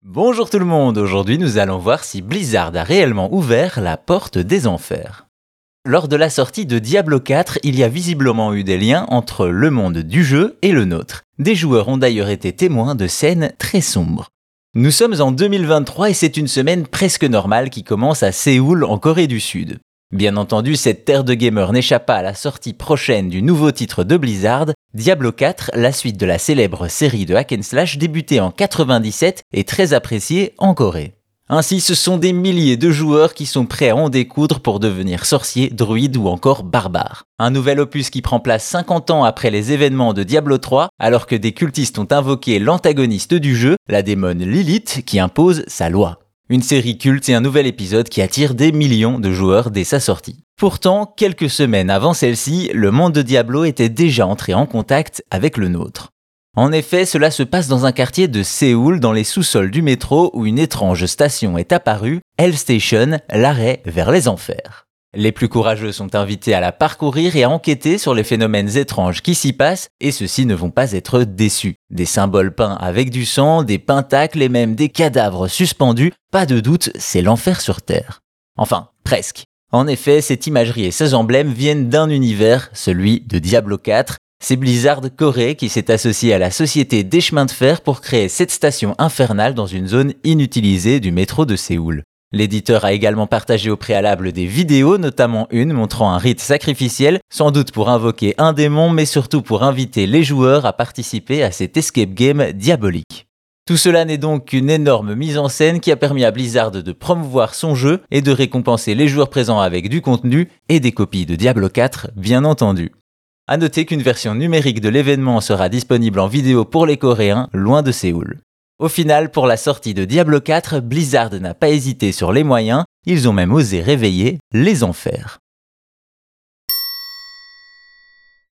Bonjour tout le monde, aujourd'hui nous allons voir si Blizzard a réellement ouvert la porte des enfers. Lors de la sortie de Diablo 4, il y a visiblement eu des liens entre le monde du jeu et le nôtre. Des joueurs ont d'ailleurs été témoins de scènes très sombres. Nous sommes en 2023 et c'est une semaine presque normale qui commence à Séoul en Corée du Sud. Bien entendu, cette terre de gamers n'échappe pas à la sortie prochaine du nouveau titre de Blizzard, Diablo 4, la suite de la célèbre série de hack and slash débutée en 97 et très appréciée en Corée. Ainsi, ce sont des milliers de joueurs qui sont prêts à en découdre pour devenir sorciers, druides ou encore barbares. Un nouvel opus qui prend place 50 ans après les événements de Diablo 3, alors que des cultistes ont invoqué l'antagoniste du jeu, la démone Lilith, qui impose sa loi. Une série culte et un nouvel épisode qui attire des millions de joueurs dès sa sortie. Pourtant, quelques semaines avant celle-ci, le monde de Diablo était déjà entré en contact avec le nôtre. En effet, cela se passe dans un quartier de Séoul, dans les sous-sols du métro, où une étrange station est apparue, Hell Station, l'arrêt vers les enfers. Les plus courageux sont invités à la parcourir et à enquêter sur les phénomènes étranges qui s'y passent, et ceux-ci ne vont pas être déçus. Des symboles peints avec du sang, des pentacles et même des cadavres suspendus, pas de doute, c'est l'enfer sur Terre. Enfin, presque. En effet, cette imagerie et ces emblèmes viennent d'un univers, celui de Diablo 4. C'est Blizzard Corée qui s'est associé à la société des chemins de fer pour créer cette station infernale dans une zone inutilisée du métro de Séoul. L'éditeur a également partagé au préalable des vidéos, notamment une montrant un rite sacrificiel, sans doute pour invoquer un démon, mais surtout pour inviter les joueurs à participer à cet escape game diabolique. Tout cela n'est donc qu'une énorme mise en scène qui a permis à Blizzard de promouvoir son jeu et de récompenser les joueurs présents avec du contenu et des copies de Diablo 4, bien entendu. A noter qu'une version numérique de l'événement sera disponible en vidéo pour les Coréens, loin de Séoul. Au final, pour la sortie de Diablo 4, Blizzard n'a pas hésité sur les moyens, ils ont même osé réveiller les enfers.